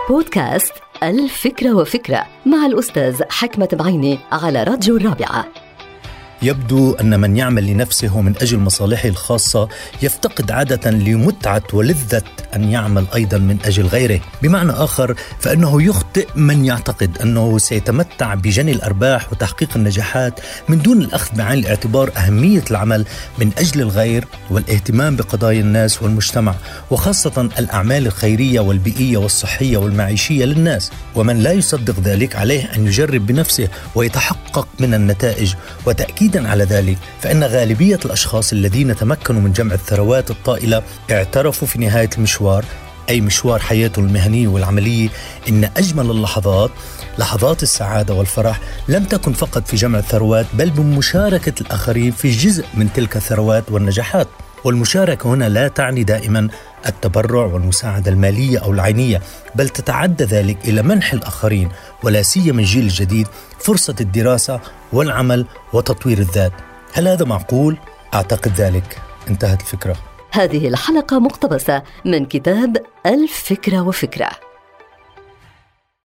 بودكاست الفكرة وفكرة مع الأستاذ حكمة بعيني على راديو الرابعة. يبدو أن من يعمل لنفسه من أجل مصالحه الخاصة يفتقد عادة لمتعة ولذة أن يعمل أيضا من أجل غيره. بمعنى آخر فإنه يخطئ من يعتقد أنه سيتمتع بجني الأرباح وتحقيق النجاحات من دون الأخذ بعين الاعتبار أهمية العمل من أجل الغير والاهتمام بقضايا الناس والمجتمع، وخاصة الأعمال الخيرية والبيئية والصحية والمعيشية للناس. ومن لا يصدق ذلك عليه أن يجرب بنفسه ويتحقق من النتائج. وتأكيد على ذلك فإن غالبية الأشخاص الذين تمكنوا من جمع الثروات الطائلة اعترفوا في نهاية المشوار، أي مشوار حياته المهنية والعملية، إن أجمل اللحظات، لحظات السعادة والفرح، لم تكن فقط في جمع الثروات بل بمشاركة الآخرين في جزء من تلك الثروات والنجاحات. والمشاركة هنا لا تعني دائما التبرع والمساعدة المالية أو العينية، بل تتعدى ذلك إلى منح الآخرين ولا سيما الجيل الجديد فرصة الدراسة والعمل وتطوير الذات. هل هذا معقول؟ أعتقد ذلك. انتهت الفكرة. هذه الحلقة مقتبسة من كتاب الفكرة وفكرة.